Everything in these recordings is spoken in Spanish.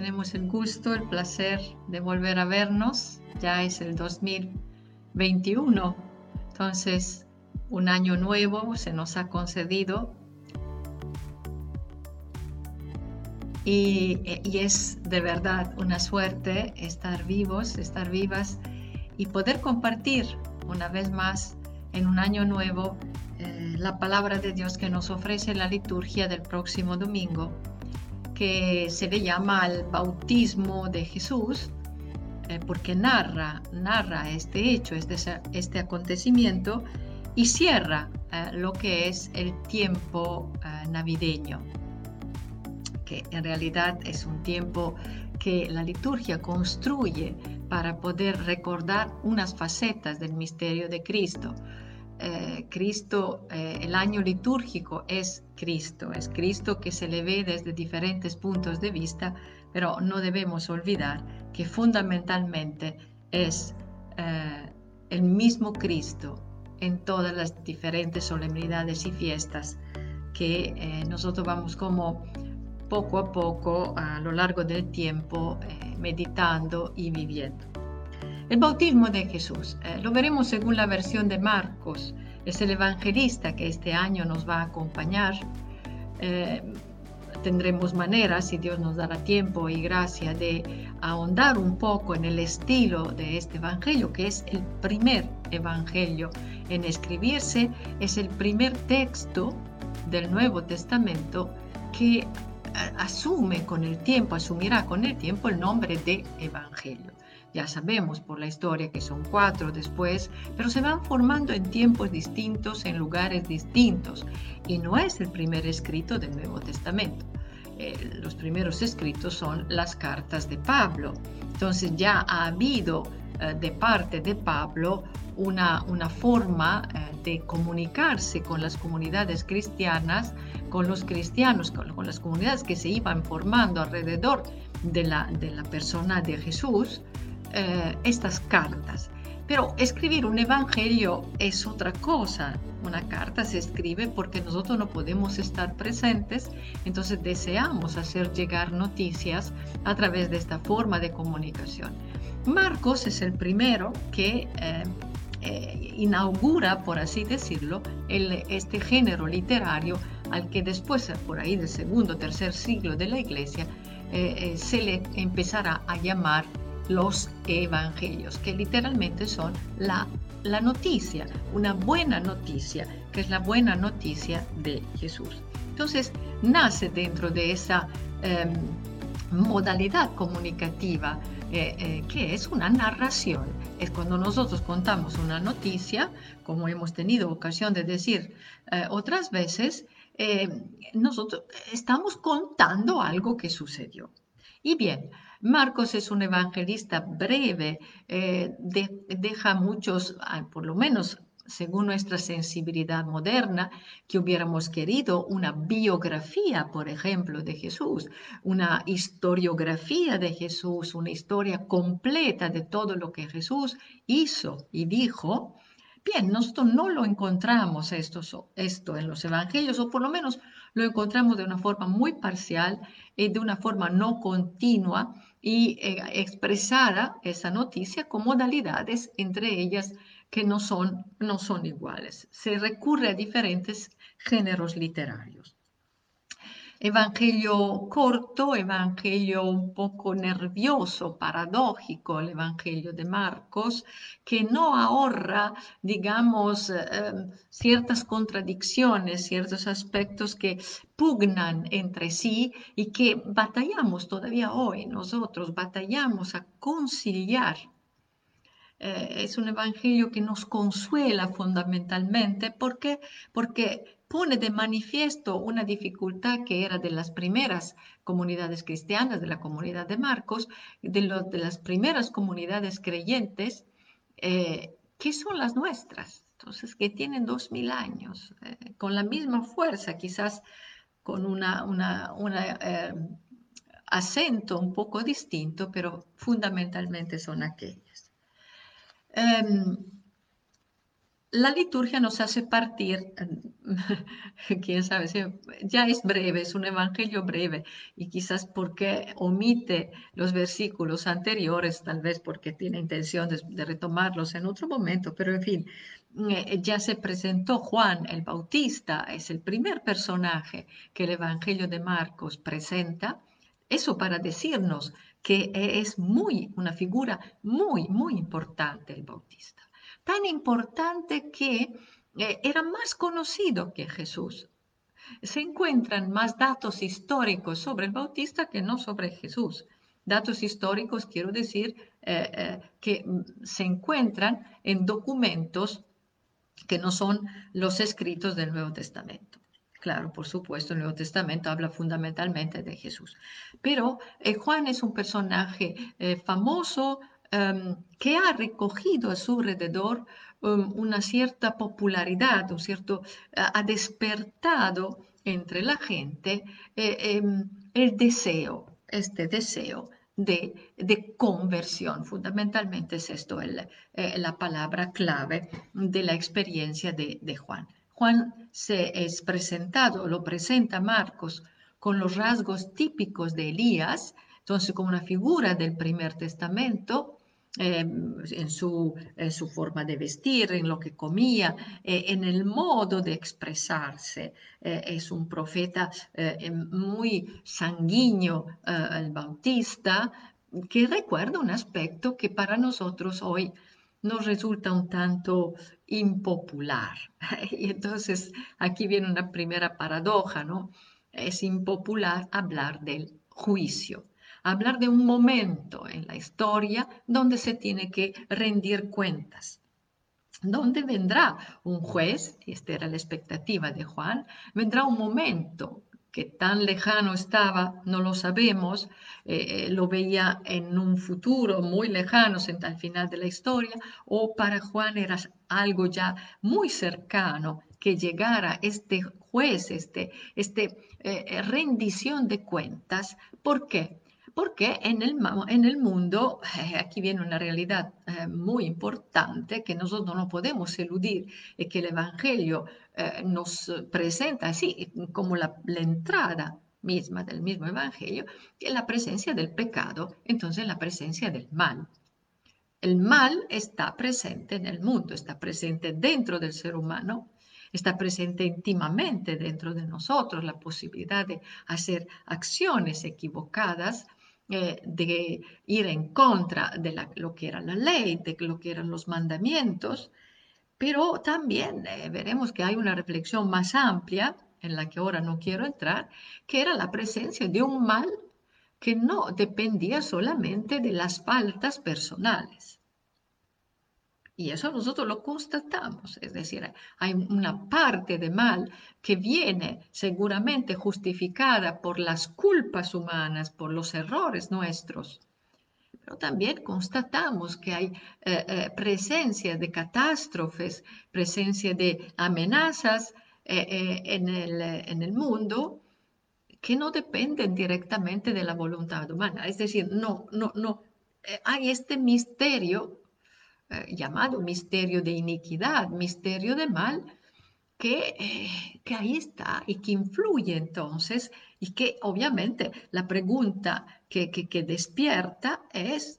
tenemos el gusto, el placer de volver a vernos. Ya es el 2021, entonces un año nuevo se nos ha concedido y es de verdad una suerte estar vivos, estar vivas y poder compartir una vez más en un año nuevo la palabra de Dios que nos ofrece la liturgia del próximo domingo, que se le llama el bautismo de Jesús, porque narra este hecho, este acontecimiento, y cierra lo que es el tiempo navideño, que en realidad es un tiempo que la liturgia construye para poder recordar unas facetas del misterio de Cristo. El año litúrgico es Cristo que se le ve desde diferentes puntos de vista, pero no debemos olvidar que fundamentalmente es el mismo Cristo en todas las diferentes solemnidades y fiestas que nosotros vamos como poco a poco a lo largo del tiempo meditando y viviendo. El bautismo de Jesús, lo veremos según la versión de Marcos, es el evangelista que este año nos va a acompañar. Tendremos manera, si Dios nos dará tiempo y gracia, de ahondar un poco en el estilo de este evangelio, que es el primer evangelio en escribirse, es el primer texto del Nuevo Testamento que asumirá con el tiempo el nombre de evangelio. Ya sabemos por la historia que son 4 después, pero se van formando en tiempos distintos, en lugares distintos. Y no es el primer escrito del Nuevo Testamento. Los primeros escritos son las cartas de Pablo. Entonces ya ha habido de parte de Pablo una forma de comunicarse con las comunidades cristianas, con los cristianos, con las comunidades que se iban formando alrededor de la persona de Jesús, estas cartas. Pero escribir un evangelio es otra cosa. Una carta se escribe porque nosotros no podemos estar presentes, entonces deseamos hacer llegar noticias a través de esta forma de comunicación. Marcos es el primero que inaugura, por así decirlo, este género literario al que después, por ahí del segundo o tercer siglo de la Iglesia, se le empezará a llamar los evangelios, que literalmente son la noticia, una buena noticia, que es la buena noticia de Jesús. Entonces, nace dentro de esa modalidad comunicativa que es una narración. Es cuando nosotros contamos una noticia, como hemos tenido ocasión de decir otras veces, nosotros estamos contando algo que sucedió. Y bien, Marcos es un evangelista breve, deja muchos, por lo menos según nuestra sensibilidad moderna, que hubiéramos querido una biografía, por ejemplo, de Jesús, una historiografía de Jesús, una historia completa de todo lo que Jesús hizo y dijo. Bien, nosotros no lo encontramos esto en los evangelios, o por lo menos lo encontramos de una forma muy parcial y de una forma no continua y expresada esa noticia con modalidades entre ellas que no son iguales. Se recurre a diferentes géneros literarios. Evangelio corto, evangelio un poco nervioso, paradójico, el evangelio de Marcos, que no ahorra, digamos, ciertas contradicciones, ciertos aspectos que pugnan entre sí y que batallamos todavía hoy, nosotros batallamos a conciliar. Es un evangelio que nos consuela fundamentalmente porque pone de manifiesto una dificultad que era de las primeras comunidades cristianas, de la comunidad de Marcos, de las primeras comunidades creyentes, que son las nuestras, entonces que tienen 2000 años, con la misma fuerza, quizás con un acento un poco distinto, pero fundamentalmente son aquellas. la liturgia nos hace partir, quién sabe, ya es breve, es un evangelio breve y quizás porque omite los versículos anteriores, tal vez porque tiene intención de retomarlos en otro momento, pero en fin, ya se presentó Juan el Bautista, es el primer personaje que el evangelio de Marcos presenta. Eso para decirnos que es una figura muy importante el Bautista, tan importante que era más conocido que Jesús. Se encuentran más datos históricos sobre el Bautista que no sobre Jesús. Datos históricos, quiero decir, que se encuentran en documentos que no son los escritos del Nuevo Testamento. Claro, por supuesto, el Nuevo Testamento habla fundamentalmente de Jesús. Pero Juan es un personaje famoso que ha recogido a su alrededor una cierta popularidad, ha despertado entre la gente este deseo de conversión. Fundamentalmente es esto la palabra clave de la experiencia de Juan. Juan lo presenta Marcos con los rasgos típicos de Elías, entonces como una figura del primer testamento, en su forma de vestir, en lo que comía, en el modo de expresarse. Es un profeta muy sanguíneo, el Bautista, que recuerda un aspecto que para nosotros hoy nos resulta un tanto impopular. Y entonces aquí viene una primera paradoja, ¿no? Es impopular hablar del juicio, hablar de un momento en la historia donde se tiene que rendir cuentas, donde vendrá un juez, y esta era la expectativa de Juan, vendrá un momento que tan lejano estaba, no lo sabemos, lo veía en un futuro muy lejano, al final de la historia, o para Juan era algo ya muy cercano que llegara este juez, rendición de cuentas. ¿Por qué? Porque en el mundo, aquí viene una realidad muy importante que nosotros no podemos eludir y que el Evangelio nos presenta así como la entrada misma del mismo Evangelio, que es la presencia del pecado, entonces la presencia del mal. El mal está presente en el mundo, está presente dentro del ser humano, está presente íntimamente dentro de nosotros, la posibilidad de hacer acciones equivocadas, de ir en contra de lo que era la ley, de lo que eran los mandamientos, pero también veremos que hay una reflexión más amplia, en la que ahora no quiero entrar, que era la presencia de un mal que no dependía solamente de las faltas personales. Y eso nosotros lo constatamos, es decir, hay una parte de mal que viene seguramente justificada por las culpas humanas, por los errores nuestros, pero también constatamos que hay presencia de catástrofes, presencia de amenazas en el mundo que no dependen directamente de la voluntad humana. Es decir, no, hay este misterio llamado misterio de iniquidad, misterio de mal, que ahí está y que influye entonces y que obviamente la pregunta que despierta es,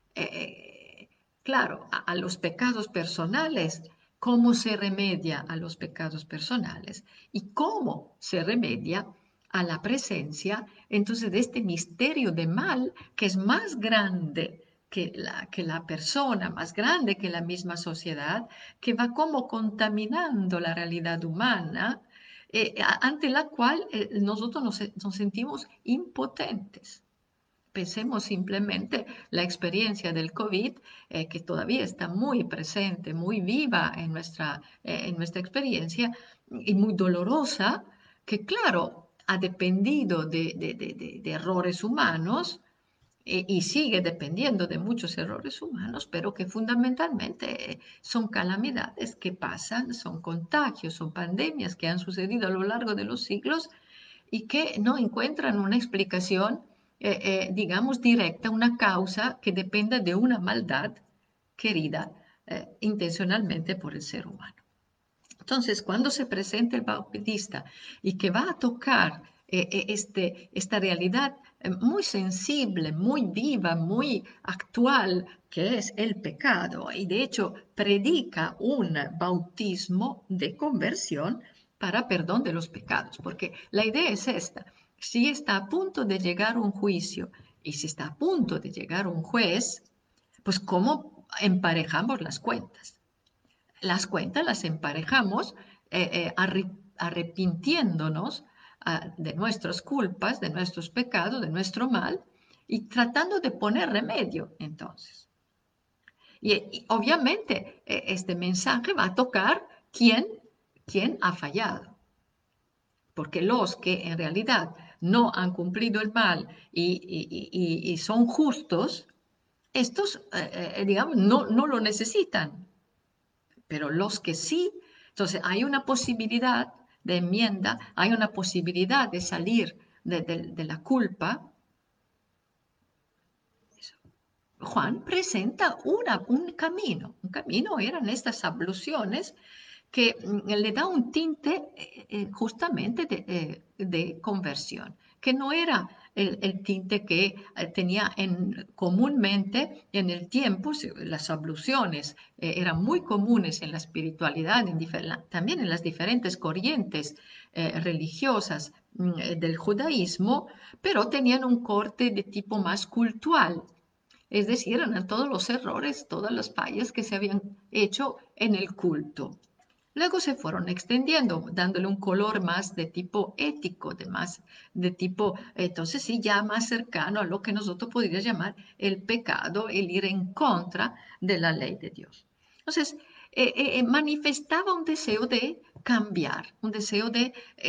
claro, a los pecados personales, ¿cómo se remedia a los pecados personales? ¿Y cómo se remedia a la presencia entonces de este misterio de mal que es más grande que la persona, más grande que la misma sociedad, que va como contaminando la realidad humana, ante la cual nosotros nos sentimos impotentes? Pensemos simplemente la experiencia del COVID, que todavía está muy presente, muy viva en nuestra experiencia y muy dolorosa, que claro, ha dependido de errores humanos y sigue dependiendo de muchos errores humanos, pero que fundamentalmente son calamidades que pasan, son contagios, son pandemias que han sucedido a lo largo de los siglos y que no encuentran una explicación, digamos, directa, una causa que dependa de una maldad querida intencionalmente por el ser humano. Entonces, cuando se presenta el bautista y que va a tocar esta realidad muy sensible, muy viva, muy actual, que es el pecado, y de hecho predica un bautismo de conversión para perdón de los pecados, porque la idea es esta: si está a punto de llegar un juicio y si está a punto de llegar un juez, pues ¿cómo emparejamos las cuentas? Las cuentas las emparejamos arrepintiéndonos de nuestras culpas, de nuestros pecados, de nuestro mal y tratando de poner remedio entonces. Y obviamente este mensaje va a tocar quién ha fallado, porque los que en realidad no han cumplido el mal y son justos, estos, digamos, no lo necesitan. Pero los que sí, entonces hay una posibilidad de enmienda, hay una posibilidad de salir de la culpa. Juan presenta un camino eran estas abluciones que le da un tinte justamente de conversión, que no era el tinte que tenía comúnmente en el tiempo. Las abluciones eran muy comunes en la espiritualidad, también en las diferentes corrientes religiosas del judaísmo, pero tenían un corte de tipo más cultural. Es decir, eran todos los errores, todas las fallas que se habían hecho en el culto. Luego se fueron extendiendo, dándole un color más de tipo ético, de tipo, entonces sí, ya más cercano a lo que nosotros podríamos llamar el pecado, el ir en contra de la ley de Dios. Entonces, manifestaba un deseo de cambiar, un deseo de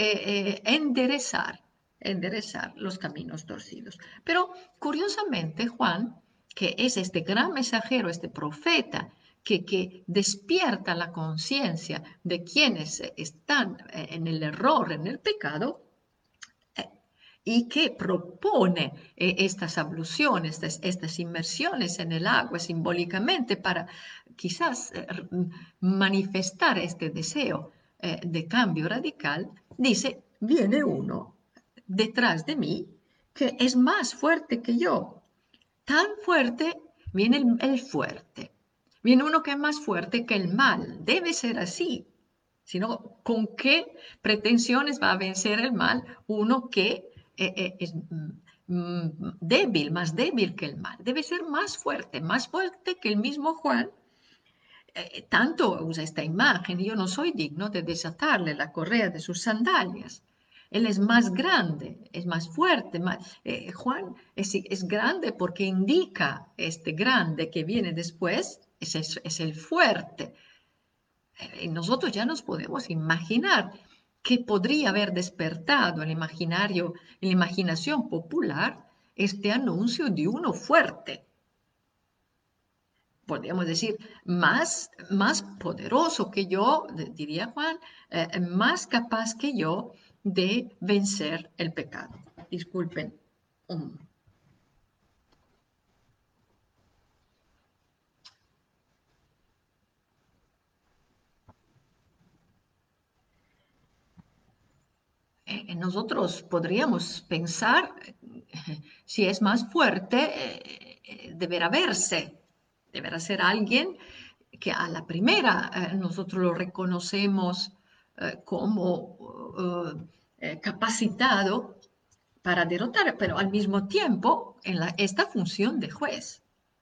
enderezar los caminos torcidos. Pero curiosamente, Juan, que es este gran mensajero, este profeta, que despierta la conciencia de quienes están en el error, en el pecado, eh, y que propone estas abluciones, estas inmersiones en el agua simbólicamente para quizás manifestar este deseo de cambio radical, dice: viene uno detrás de mí que es más fuerte que yo. Tan fuerte, viene el fuerte. Viene uno que es más fuerte que el mal. Debe ser así. Si no, ¿con qué pretensiones va a vencer el mal uno que es débil, más débil que el mal? Debe ser más fuerte que el mismo Juan. Tanto usa esta imagen: yo no soy digno de desatarle la correa de sus sandalias. Él es más grande, es más fuerte. Juan es grande porque indica este grande que viene después, es el fuerte. Y nosotros ya nos podemos imaginar que podría haber despertado en en la imaginación popular este anuncio de uno fuerte, podríamos decir, más poderoso que yo, diría Juan, más capaz que yo de vencer el pecado. Disculpen. Nosotros podríamos pensar, si es más fuerte, deberá ser alguien que a la primera nosotros lo reconocemos como capacitado para derrotar, pero al mismo tiempo en esta función de juez.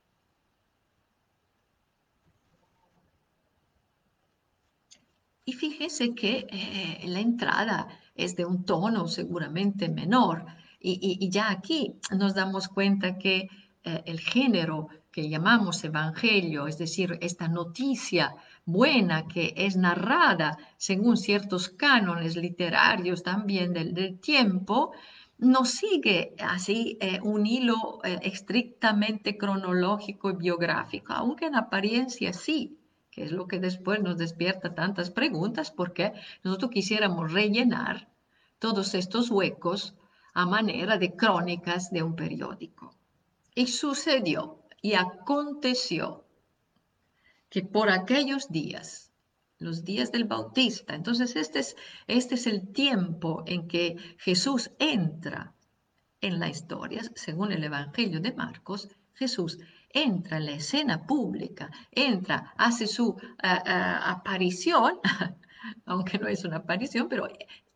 Y fíjese que la entrada es de un tono seguramente menor. Y ya aquí nos damos cuenta que el género que llamamos evangelio, es decir, esta noticia buena que es narrada según ciertos cánones literarios también del tiempo, no sigue así un hilo estrictamente cronológico y biográfico, aunque en apariencia sí, que es lo que después nos despierta tantas preguntas, porque nosotros quisiéramos rellenar todos estos huecos a manera de crónicas de un periódico. Y sucedió y aconteció que por aquellos días los días del Bautista. Entonces, este es el tiempo en que Jesús entra en la historia, según el Evangelio de Marcos. Jesús entra en la escena pública, entra, hace su aparición, aunque no es una aparición, pero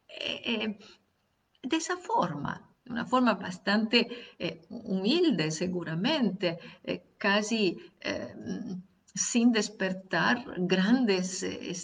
de esa forma, de una forma bastante humilde seguramente, casi sin despertar grandes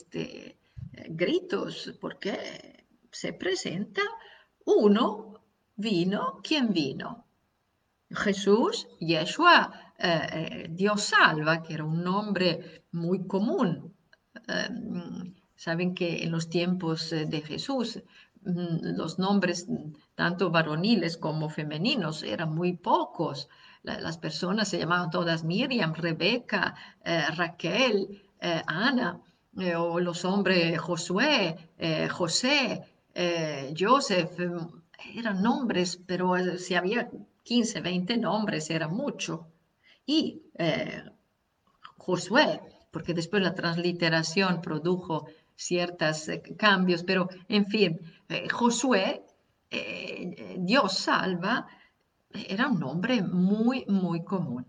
gritos, porque se presenta uno, vino, ¿quién vino? Jesús, Yeshua, Dios salva, que era un nombre muy común. Saben que en los tiempos de Jesús los nombres tanto varoniles como femeninos eran muy pocos. Las personas se llamaban todas Miriam, Rebeca, Raquel, Ana, o los hombres Josué, José, Joseph. Eran nombres, pero si había 15, 20 nombres era mucho. Y Josué, porque después la transliteración produjo ciertos cambios, pero en fin, Josué, Dios salva, era un nombre muy, muy común,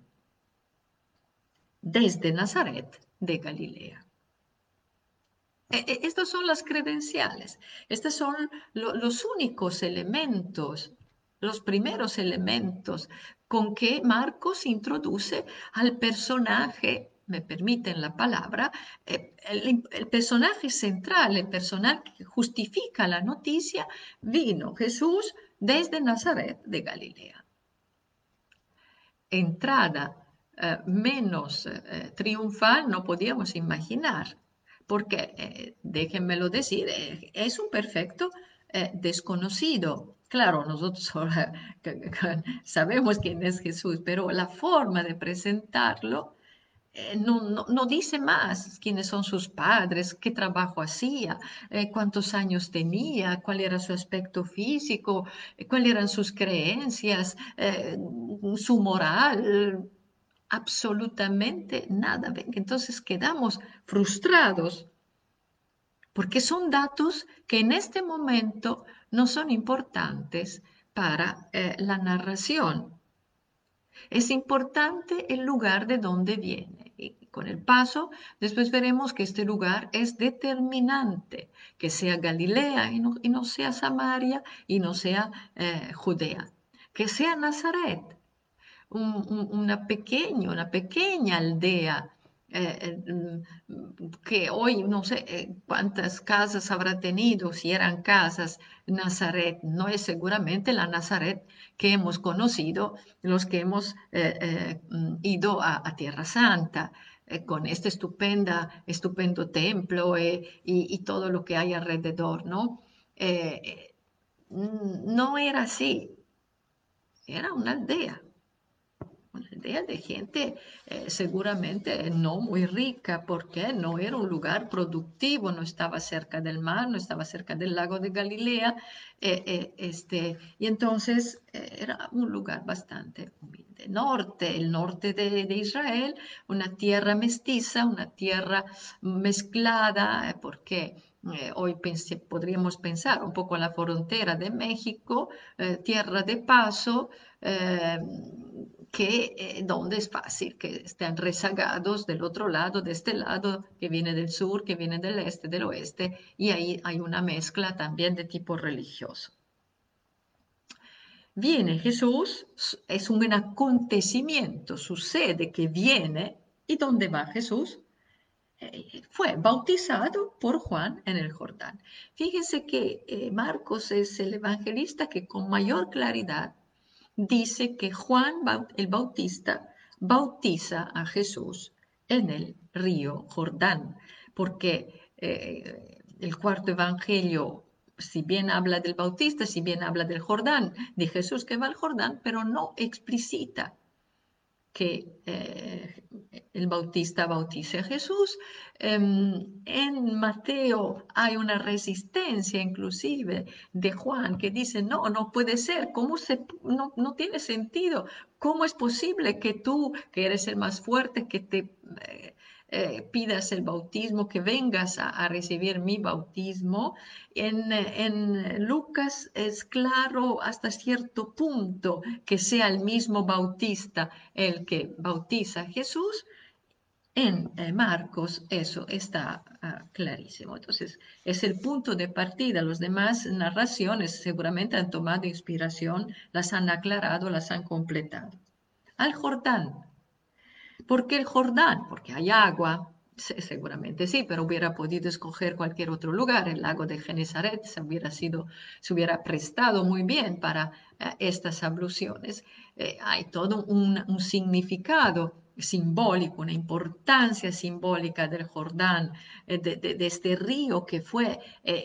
desde Nazaret de Galilea. Estas son las credenciales, estos son los únicos elementos, los primeros elementos con que Marcos introduce al personaje, me permiten la palabra, el personaje central, el personaje que justifica la noticia, vino Jesús desde Nazaret de Galilea. Entrada menos triunfal no podíamos imaginar, porque, déjenmelo decir, es un perfecto desconocido. Claro, nosotros sabemos quién es Jesús, pero la forma de presentarlo no dice más quiénes son sus padres, qué trabajo hacía, cuántos años tenía, cuál era su aspecto físico, cuáles eran sus creencias, su moral, absolutamente nada. Entonces quedamos frustrados porque son datos que en este momento no son importantes para la narración. Es importante el lugar de donde viene. Y con el paso, después veremos que este lugar es determinante, que sea Galilea y no sea Samaria y no sea Judea, que sea Nazaret, una pequeña aldea que hoy no sé cuántas casas habrá tenido, si eran casas. Nazaret no es seguramente la Nazaret que hemos conocido los que hemos ido a Tierra Santa, con este estupendo templo y todo lo que hay alrededor, ¿no? No era así, era una aldea de gente seguramente no muy rica, porque no era un lugar productivo, no estaba cerca del mar, no estaba cerca del lago de Galilea, y entonces era un lugar bastante humilde. El norte de Israel, una tierra mestiza, una tierra mezclada, porque hoy podríamos pensar un poco en la frontera de México, tierra de paso, eh, donde es fácil que estén rezagados del otro lado, de este lado, que viene del sur, que viene del este, del oeste, y ahí hay una mezcla también de tipo religioso. Viene Jesús, es un acontecimiento, sucede que viene, ¿y dónde va Jesús? Fue bautizado por Juan en el Jordán. Fíjense que Marcos es el evangelista que con mayor claridad dice que Juan el Bautista bautiza a Jesús en el río Jordán, porque el cuarto evangelio, si bien habla del Bautista, si bien habla del Jordán, de Jesús que va al Jordán, pero no explicita que el Bautista bautice a Jesús. En Mateo hay una resistencia inclusive de Juan que dice, no puede ser, no tiene sentido, ¿cómo es posible que tú, que eres el más fuerte, que te pidas el bautismo, que vengas a recibir mi bautismo. En Lucas es claro hasta cierto punto que sea el mismo bautista el que bautiza a Jesús. En Marcos eso está clarísimo. Entonces, es el punto de partida. Las demás narraciones seguramente han tomado inspiración, las han aclarado, las han completado. Al Jordán. ¿Por qué el Jordán? Porque hay agua. Seguramente sí, pero hubiera podido escoger cualquier otro lugar. El lago de Genesaret se hubiera prestado muy bien para estas abluciones. Hay todo un significado simbólico, una importancia simbólica del Jordán, de este río que fue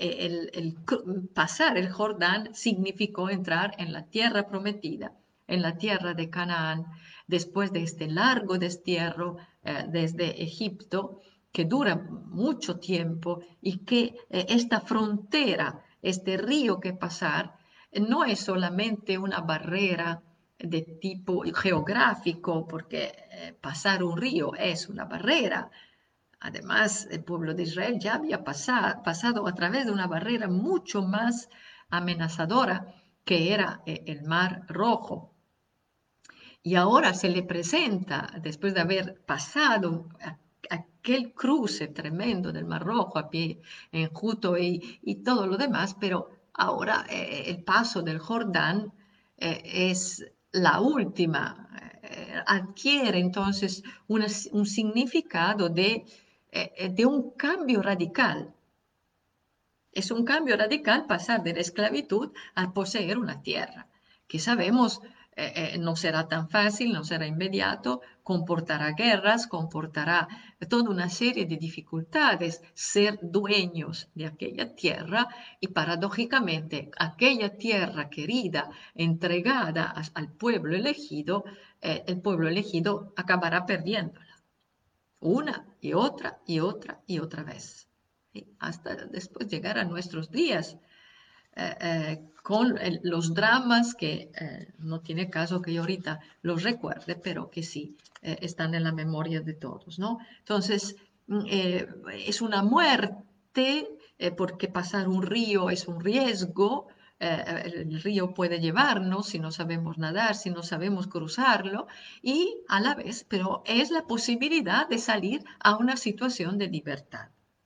pasar el Jordán significó entrar en la tierra prometida, en la tierra de Canaán, después de este largo destierro desde Egipto, que dura mucho tiempo y que esta frontera, este río que pasar, no es solamente una barrera de tipo geográfico, porque pasar un río es una barrera. Además, el pueblo de Israel ya había pasado a través de una barrera mucho más amenazadora, que era el Mar Rojo. Y ahora se le presenta, después de haber pasado aquel cruce tremendo del Mar Rojo a pie enjuto y todo lo demás, pero ahora el paso del Jordán es la última, adquiere entonces un significado de un cambio radical. Es un cambio radical pasar de la esclavitud a poseer una tierra, que sabemos no será tan fácil, no será inmediato, comportará guerras, comportará toda una serie de dificultades ser dueños de aquella tierra y paradójicamente aquella tierra querida, entregada al pueblo elegido, el pueblo elegido acabará perdiéndola una y otra y otra y otra vez. ¿Sí? Hasta después llegar a nuestros días con los dramas que no tiene caso que yo ahorita los recuerde, pero que sí están en la memoria de todos, ¿no? Entonces, es una muerte porque pasar un río es un riesgo. El río puede llevarnos si no sabemos nadar, si no sabemos cruzarlo, y a la vez, pero es la posibilidad de salir a una situación de libertad.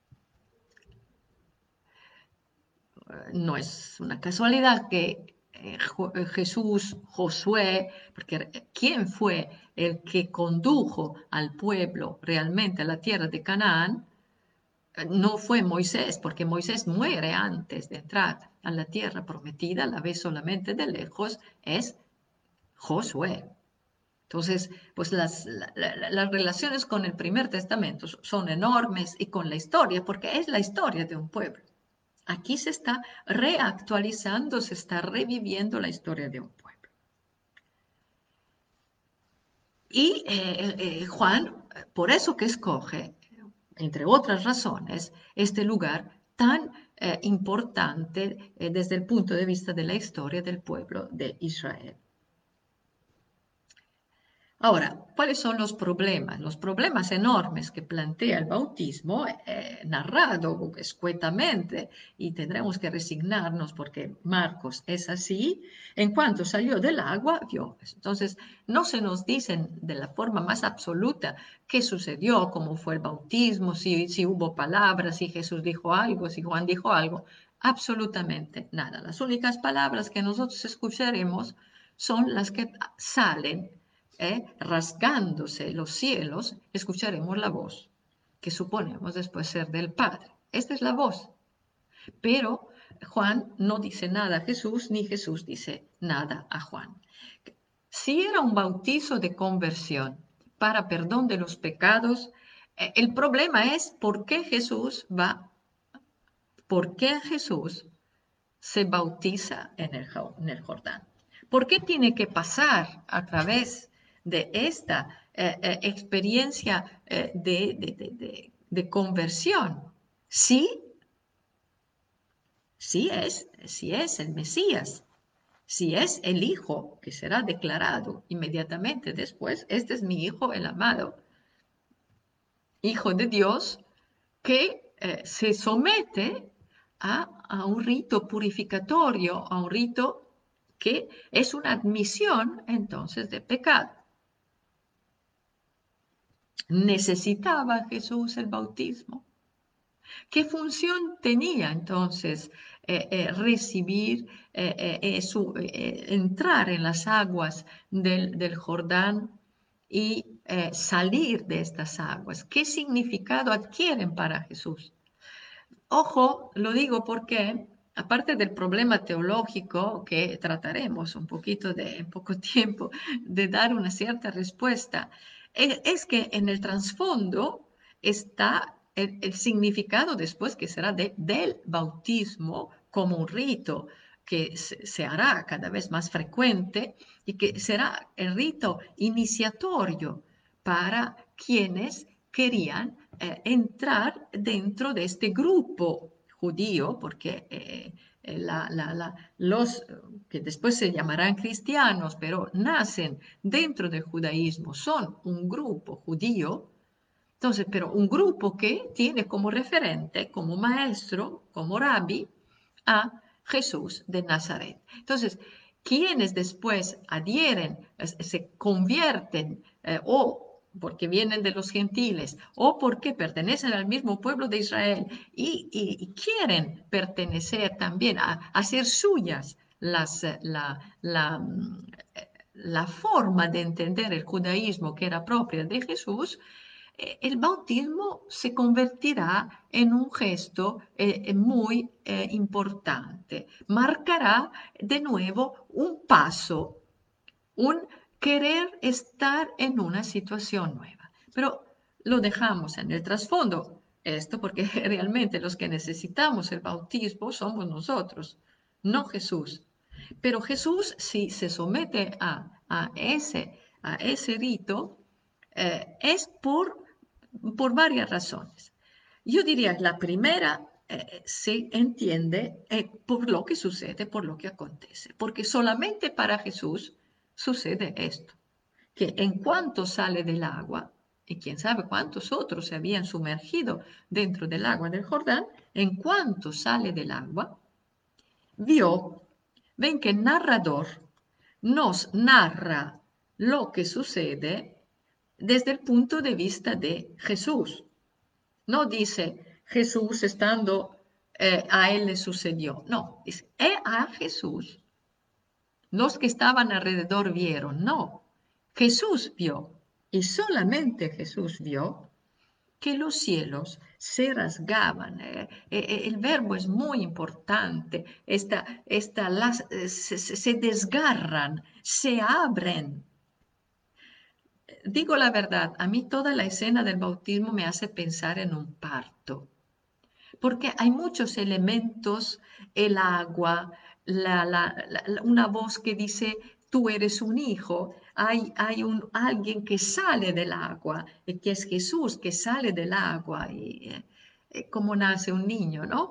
No es una casualidad que Jesús, Josué, porque ¿quién fue el que condujo al pueblo realmente a la tierra de Canaán? No fue Moisés, porque Moisés muere antes de entrar a la tierra prometida, la ve solamente de lejos, es Josué. Entonces, pues las relaciones con el primer testamento son enormes y con la historia, porque es la historia de un pueblo. Aquí se está reactualizando, se está reviviendo la historia de un pueblo. Y Juan, por eso que escoge, entre otras razones, este lugar tan importante desde el punto de vista de la historia del pueblo de Israel. Ahora, ¿cuáles son los problemas? Los problemas enormes que plantea el bautismo, narrado escuetamente, y tendremos que resignarnos porque Marcos es así, en cuanto salió del agua, vio. Entonces, no se nos dicen de la forma más absoluta qué sucedió, cómo fue el bautismo, si hubo palabras, si Jesús dijo algo, si Juan dijo algo, absolutamente nada. Las únicas palabras que nosotros escucharemos son las que salen rasgándose los cielos, escucharemos la voz, que suponemos después ser del Padre. Esta es la voz. Pero Juan no dice nada a Jesús, ni Jesús dice nada a Juan. Si era un bautizo de conversión para perdón de los pecados, el problema es por qué Jesús se bautiza en el Jordán. ¿Por qué tiene que pasar a través de esta experiencia de conversión? Si es el Mesías, si es el Hijo que será declarado inmediatamente después, este es mi Hijo el amado. hijo de Dios, que se somete a un rito purificatorio, a un rito que es una admisión entonces de pecado. ¿Necesitaba Jesús el bautismo? ¿Qué función tenía entonces recibir, entrar en las aguas del Jordán y salir de estas aguas? ¿Qué significado adquieren para Jesús? Ojo, lo digo porque, aparte del problema teológico que trataremos un poquito en poco tiempo de dar una cierta respuesta, es que en el trasfondo está el significado después que será del bautismo como un rito que se hará cada vez más frecuente y que será el rito iniciatorio para quienes querían entrar dentro de este grupo judío, porque los que después se llamarán cristianos, pero nacen dentro del judaísmo, son un grupo judío. Entonces, pero un grupo que tiene como referente, como maestro, como rabbi, a Jesús de Nazaret. Entonces, quienes después adhieren, se convierten o porque vienen de los gentiles o porque pertenecen al mismo pueblo de Israel y quieren pertenecer también a hacer suyas la forma de entender el judaísmo que era propia de Jesús, el bautismo se convertirá en un gesto muy importante. Marcará de nuevo un paso, un querer estar en una situación nueva. Pero lo dejamos en el trasfondo, esto porque realmente los que necesitamos el bautismo somos nosotros, no Jesús. Pero Jesús, si se somete a ese rito, es por varias razones. Yo diría que la primera se entiende por lo que sucede, por lo que acontece, porque solamente para Jesús sucede esto, que en cuanto sale del agua, y quién sabe cuántos otros se habían sumergido dentro del agua del Jordán, en cuanto sale del agua, ven que el narrador nos narra lo que sucede desde el punto de vista de Jesús. No dice Jesús estando a él le sucedió. No, dice a Jesús. Los que estaban alrededor vieron. No, Jesús vio. Y solamente Jesús vio que los cielos se rasgaban. El verbo es muy importante. Se desgarran, se abren. Digo la verdad, a mí toda la escena del bautismo me hace pensar en un parto, porque hay muchos elementos, el agua, una voz que dice, tú eres un hijo, hay alguien que sale del agua, que es Jesús, que sale del agua, y como nace un niño, ¿no?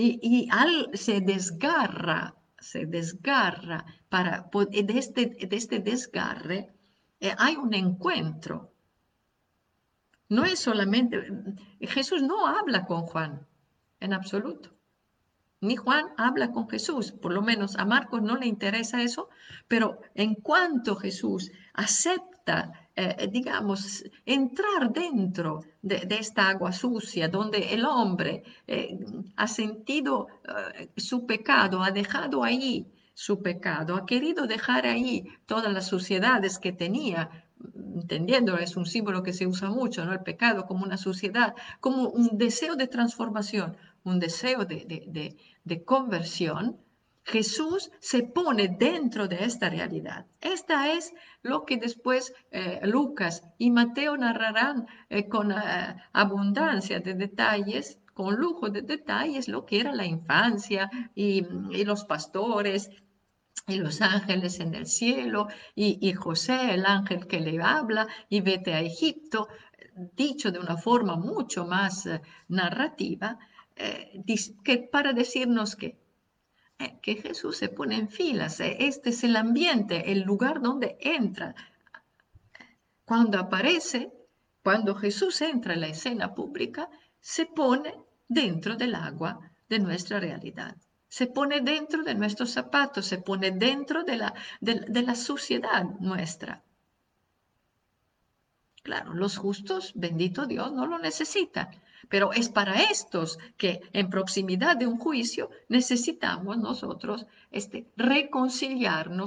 Se desgarra, de este desgarre hay un encuentro. No es solamente, Jesús no habla con Juan en absoluto. Ni Juan habla con Jesús, por lo menos a Marcos no le interesa eso, pero en cuanto Jesús acepta, digamos, entrar dentro de esta agua sucia, donde el hombre ha sentido su pecado, ha dejado ahí su pecado, ha querido dejar ahí todas las suciedades que tenía, entendiendo, es un símbolo que se usa mucho, ¿no? El pecado como una suciedad, como un deseo de transformación, un deseo de conversión. Jesús se pone dentro de esta realidad. Esta es lo que después Lucas y Mateo narrarán con abundancia de detalles, con lujo de detalles, lo que era la infancia y los pastores y los ángeles en el cielo, y José, el ángel que le habla, y vete a Egipto, dicho de una forma mucho más narrativa, que para decirnos que Jesús se pone en filas, este es el ambiente, el lugar donde entra. Cuando aparece, Cuando Jesús entra en la escena pública, se pone dentro del agua de nuestra realidad. Se pone dentro de nuestros zapatos, se pone dentro de la suciedad nuestra. Claro, los justos, bendito Dios, no lo necesitan, pero es para estos que en proximidad de un juicio necesitamos nosotros reconciliarnos,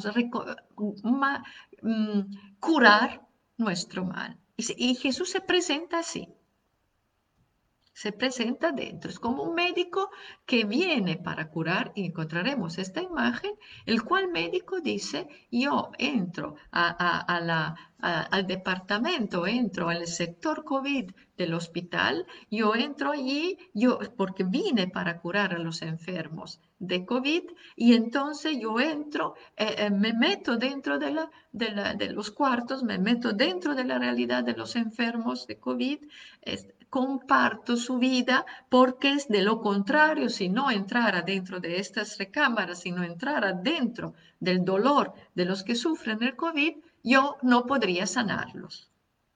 mm, curar nuestro mal. Y Jesús se presenta así. Se presenta dentro. Es como un médico que viene para curar, y encontraremos esta imagen, el cual médico dice, yo entro al departamento, entro al sector COVID del hospital, yo entro allí, porque vine para curar a los enfermos de COVID, y entonces yo entro, me meto dentro de los cuartos, me meto dentro de la realidad de los enfermos de COVID, comparto su vida, porque es de lo contrario, si no entrara dentro de estas recámaras, si no entrara dentro del dolor de los que sufren el COVID, yo no podría sanarlos.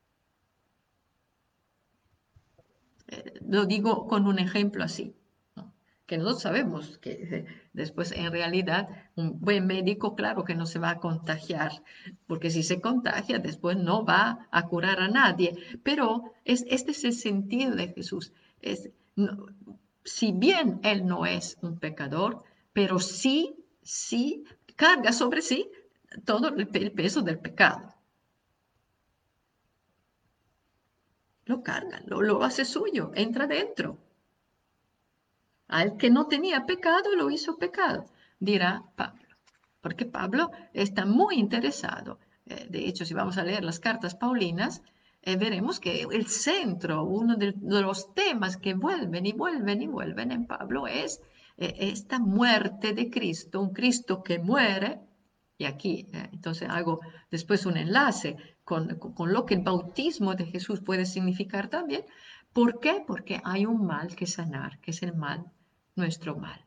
Lo digo con un ejemplo así, ¿no? Que nosotros sabemos que después en realidad un buen médico, claro que no se va a contagiar, porque si se contagia después no va a curar a nadie, pero este es el sentido de Jesús. Si bien Él no es un pecador, pero sí carga sobre sí todo el peso del pecado. Lo carga, lo hace suyo, entra dentro. Al que no tenía pecado lo hizo pecado, dirá Pablo. Porque Pablo está muy interesado. De hecho, si vamos a leer las cartas paulinas, veremos que el centro, uno de los temas que vuelven y vuelven y vuelven en Pablo es esta muerte de Cristo, un Cristo que muere. Y aquí, entonces, hago después un enlace con lo que el bautismo de Jesús puede significar también. ¿Por qué? Porque hay un mal que sanar, que es el mal, nuestro mal.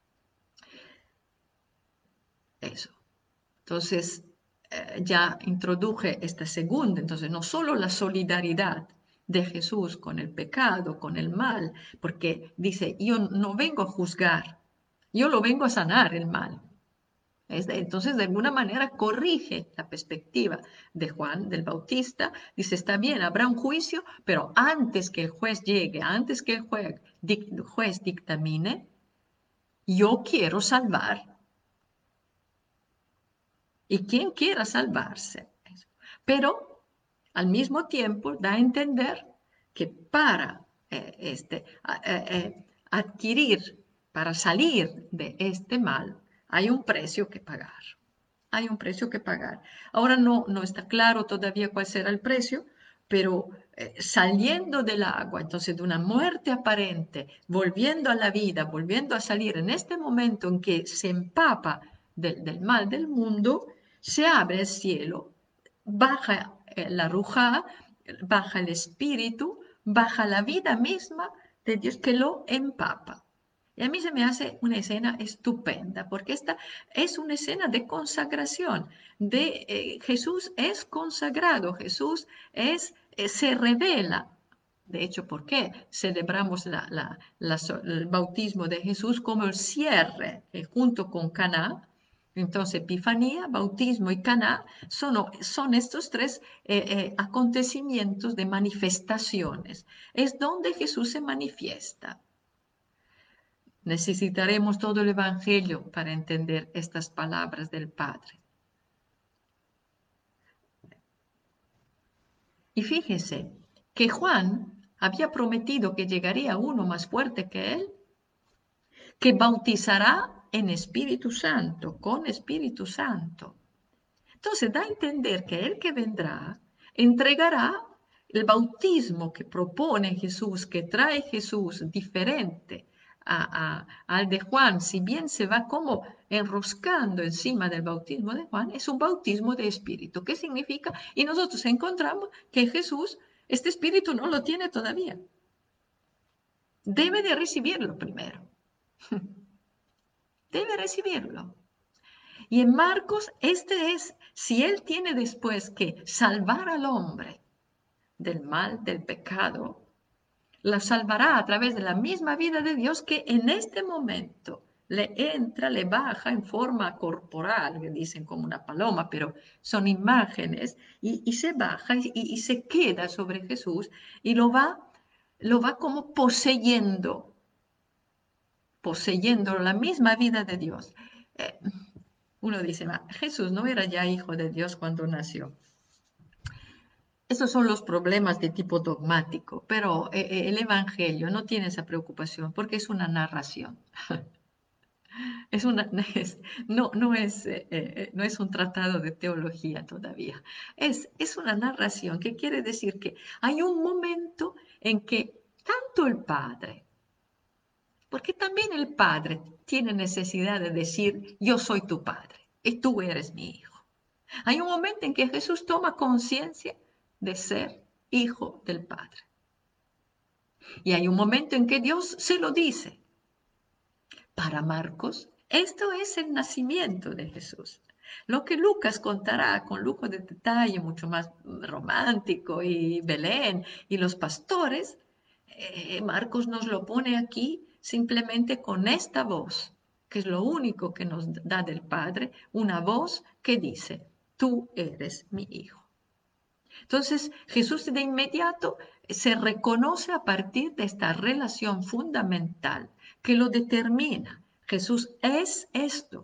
Eso. Entonces, ya introduje esta segunda, entonces no solo la solidaridad de Jesús con el pecado, con el mal, porque dice, yo no vengo a juzgar, yo lo vengo a sanar el mal. Entonces, de alguna manera, corrige la perspectiva de Juan, del Bautista. Dice, está bien, habrá un juicio, pero antes que el juez llegue, antes que el juez dictamine, yo quiero salvar. Y quien quiera salvarse. Pero al mismo tiempo da a entender que para adquirir, para salir de este mal, hay un precio que pagar. Hay un precio que pagar. Ahora no está claro todavía cuál será el precio, pero saliendo del agua, entonces de una muerte aparente, volviendo a la vida, volviendo a salir en este momento en que se empapa del mal del mundo, se abre el cielo, baja la ruja, baja el espíritu, baja la vida misma de Dios que lo empapa. Y a mí se me hace una escena estupenda, porque esta es una escena de consagración. Jesús es consagrado, Jesús se revela. De hecho, ¿por qué celebramos el bautismo de Jesús como el cierre, junto con Caná? Entonces, Epifanía, bautismo y Caná son estos tres acontecimientos de manifestaciones. Es donde Jesús se manifiesta. Necesitaremos todo el Evangelio para entender estas palabras del Padre. Y fíjese que Juan había prometido que llegaría uno más fuerte que él, que bautizará en Espíritu Santo, con Espíritu Santo. Entonces da a entender que el que vendrá entregará el bautismo que propone Jesús, que trae Jesús diferente al de Juan, si bien se va como enroscando encima del bautismo de Juan, es un bautismo de espíritu. ¿Qué significa? Y nosotros encontramos que Jesús, este espíritu no lo tiene todavía. Debe de recibirlo primero. Debe recibirlo. Y en Marcos, si él tiene después que salvar al hombre del mal, del pecado, la salvará a través de la misma vida de Dios que en este momento le entra, le baja en forma corporal, que dicen como una paloma, pero son imágenes, y se baja y se queda sobre Jesús y lo va como poseyendo la misma vida de Dios. Eh, Uno dice, Jesús no era ya hijo de Dios cuando nació. Esos son los problemas de tipo dogmático, pero el Evangelio no tiene esa preocupación porque es una narración. Es una, no es un tratado de teología todavía. Es una narración que quiere decir que hay un momento en que tanto el Padre, porque también el Padre tiene necesidad de decir, yo soy tu Padre y tú eres mi hijo. Hay un momento en que Jesús toma conciencia de ser hijo del Padre. Y hay un momento en que Dios se lo dice. Para Marcos, esto es el nacimiento de Jesús. Lo que Lucas contará con lujo de detalle, mucho más romántico, y Belén y los pastores, Marcos nos lo pone aquí simplemente con esta voz, que es lo único que nos da del Padre, una voz que dice, tú eres mi hijo. Entonces, Jesús de inmediato se reconoce a partir de esta relación fundamental que lo determina. Jesús es esto,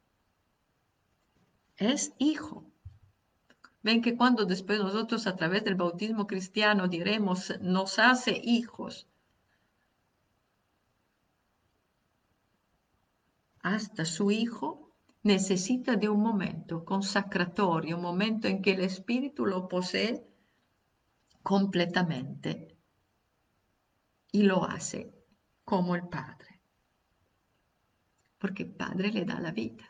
es hijo. Ven que cuando después nosotros a través del bautismo cristiano diremos, nos hace hijos, hasta su hijo necesita de un momento consacratorio, un momento en que el Espíritu lo posee completamente y lo hace como el Padre, porque el Padre le da la vida.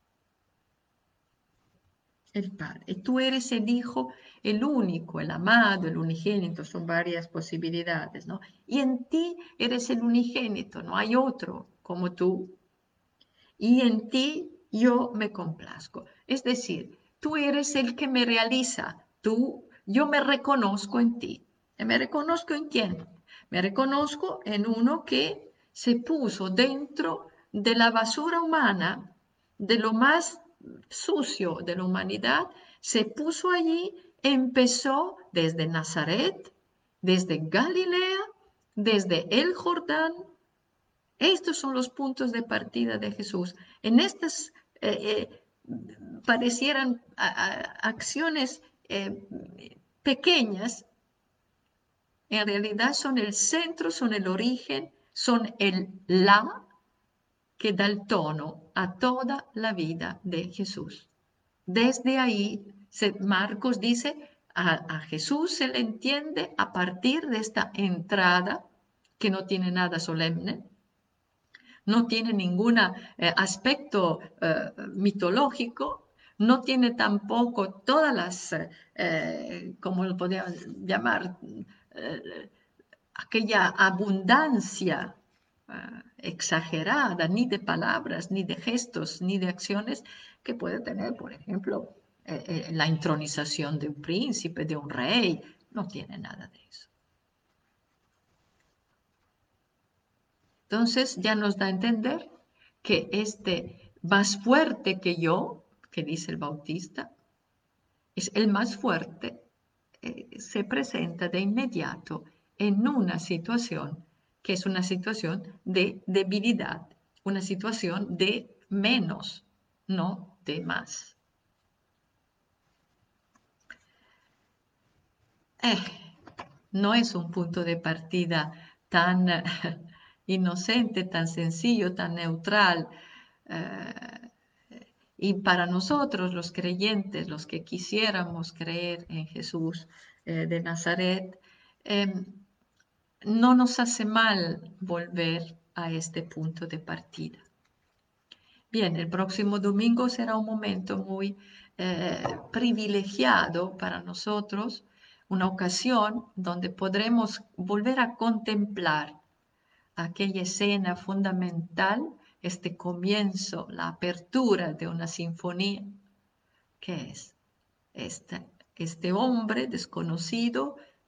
El Padre. Y tú eres el Hijo, el único, el amado, el unigénito, son varias posibilidades, ¿no? Y en ti eres el unigénito, no hay otro como tú. Y en ti yo me complazco. Es decir, tú eres el que me realiza, yo me reconozco en ti. ¿Y me reconozco en quién? Me reconozco en uno que se puso dentro de la basura humana, de lo más sucio de la humanidad, se puso allí, empezó desde Nazaret, desde Galilea, desde el Jordán. Estos son los puntos de partida de Jesús. En estas parecieran acciones pequeñas, en realidad son el centro, son el origen, son el la que da el tono a toda la vida de Jesús. Desde ahí, Marcos dice, a Jesús se le entiende a partir de esta entrada, que no tiene nada solemne, no tiene ningún aspecto mitológico, no tiene tampoco todas las, como lo podríamos llamar, eh, aquella abundancia exagerada, ni de palabras, ni de gestos, ni de acciones que puede tener, por ejemplo, la intronización de un príncipe, de un rey, no tiene nada de eso. Entonces ya nos da a entender que este más fuerte que yo, que dice el Bautista, es el más fuerte, se presenta de inmediato en una situación que es una situación de debilidad, una situación de menos, no de más. Eh, no es un punto de partida tan inocente, tan sencillo, tan neutral. eh, y para nosotros, los creyentes, los que quisiéramos creer en Jesús de Nazaret, no nos hace mal volver a este punto de partida. Bien, el próximo domingo será un momento muy privilegiado para nosotros, una ocasión donde podremos volver a contemplar aquella escena fundamental, este comienzo, la apertura de una sinfonía, que es este hombre desconocido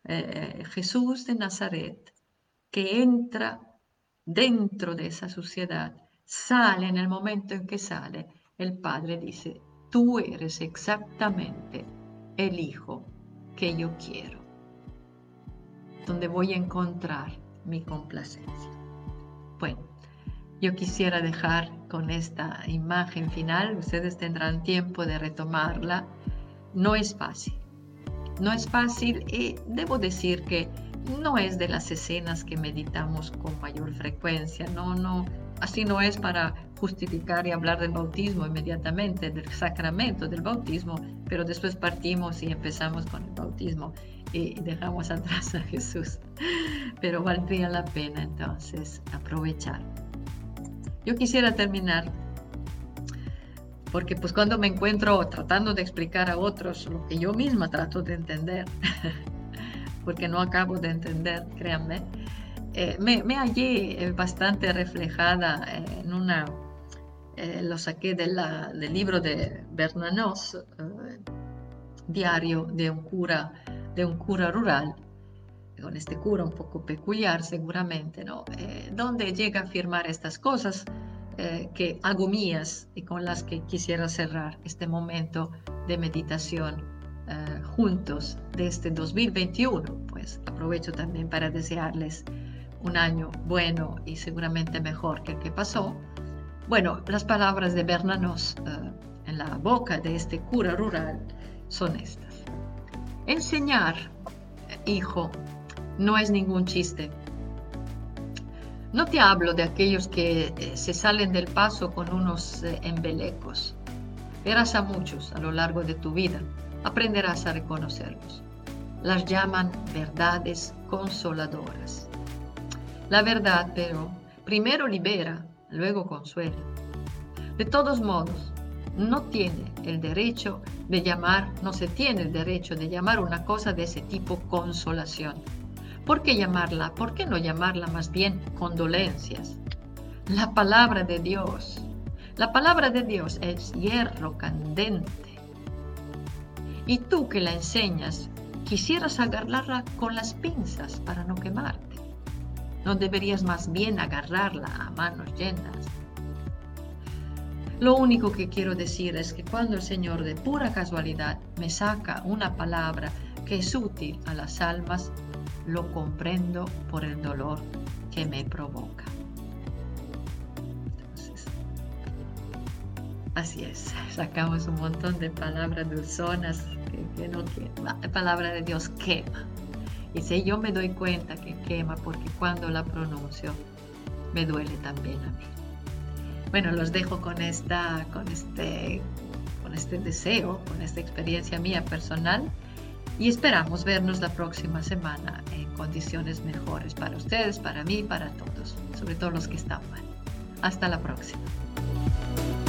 Jesús de Nazaret, que entra dentro de esa suciedad, sale en el momento en que sale, el Padre dice, tú eres exactamente el Hijo que yo quiero, donde voy a encontrar mi complacencia. Bueno, yo quisiera dejar con esta imagen final, ustedes tendrán tiempo de retomarla. No es fácil, no es fácil y debo decir que no es de las escenas que meditamos con mayor frecuencia, así no es para justificar y hablar del bautismo inmediatamente, del sacramento del bautismo, pero después partimos y empezamos con el bautismo y dejamos atrás a Jesús. Pero valdría la pena entonces aprovechar. Yo quisiera terminar porque pues cuando me encuentro tratando de explicar a otros lo que yo misma trato de entender, porque no acabo de entender, créanme, me hallé bastante reflejada en una, lo saqué del libro de Bernanos, diario de un cura rural, con este cura un poco peculiar seguramente, ¿no? Donde llega a afirmar estas cosas que hago mías y con las que quisiera cerrar este momento de meditación juntos de este 2021. Pues aprovecho también para desearles un año bueno y seguramente mejor que el que pasó. Bueno, las palabras de Bernanos en la boca de este cura rural son estas. Enseñar, hijo, no es ningún chiste. No te hablo de aquellos que se salen del paso con unos embelecos. Verás a muchos a lo largo de tu vida. Aprenderás a reconocerlos. Las llaman verdades consoladoras. La verdad, pero, primero libera, luego consuela. De todos modos, no se tiene el derecho de llamar una cosa de ese tipo consolación. ¿Por qué no llamarla más bien condolencias? La palabra de Dios es hierro candente. Y tú que la enseñas, quisieras agarrarla con las pinzas para no quemarte. No deberías más bien agarrarla a manos llenas. Lo único que quiero decir es que cuando el Señor de pura casualidad me saca una palabra que es útil a las almas, lo comprendo por el dolor que me provoca. Entonces, así es, sacamos un montón de palabras dulzonas que no queman. La palabra de Dios quema. Y si yo me doy cuenta que quema, porque cuando la pronuncio me duele también a mí. Bueno, los dejo con este deseo, con esta experiencia mía personal. Y esperamos vernos la próxima semana en condiciones mejores para ustedes, para mí, para todos, sobre todo los que están mal. Hasta la próxima.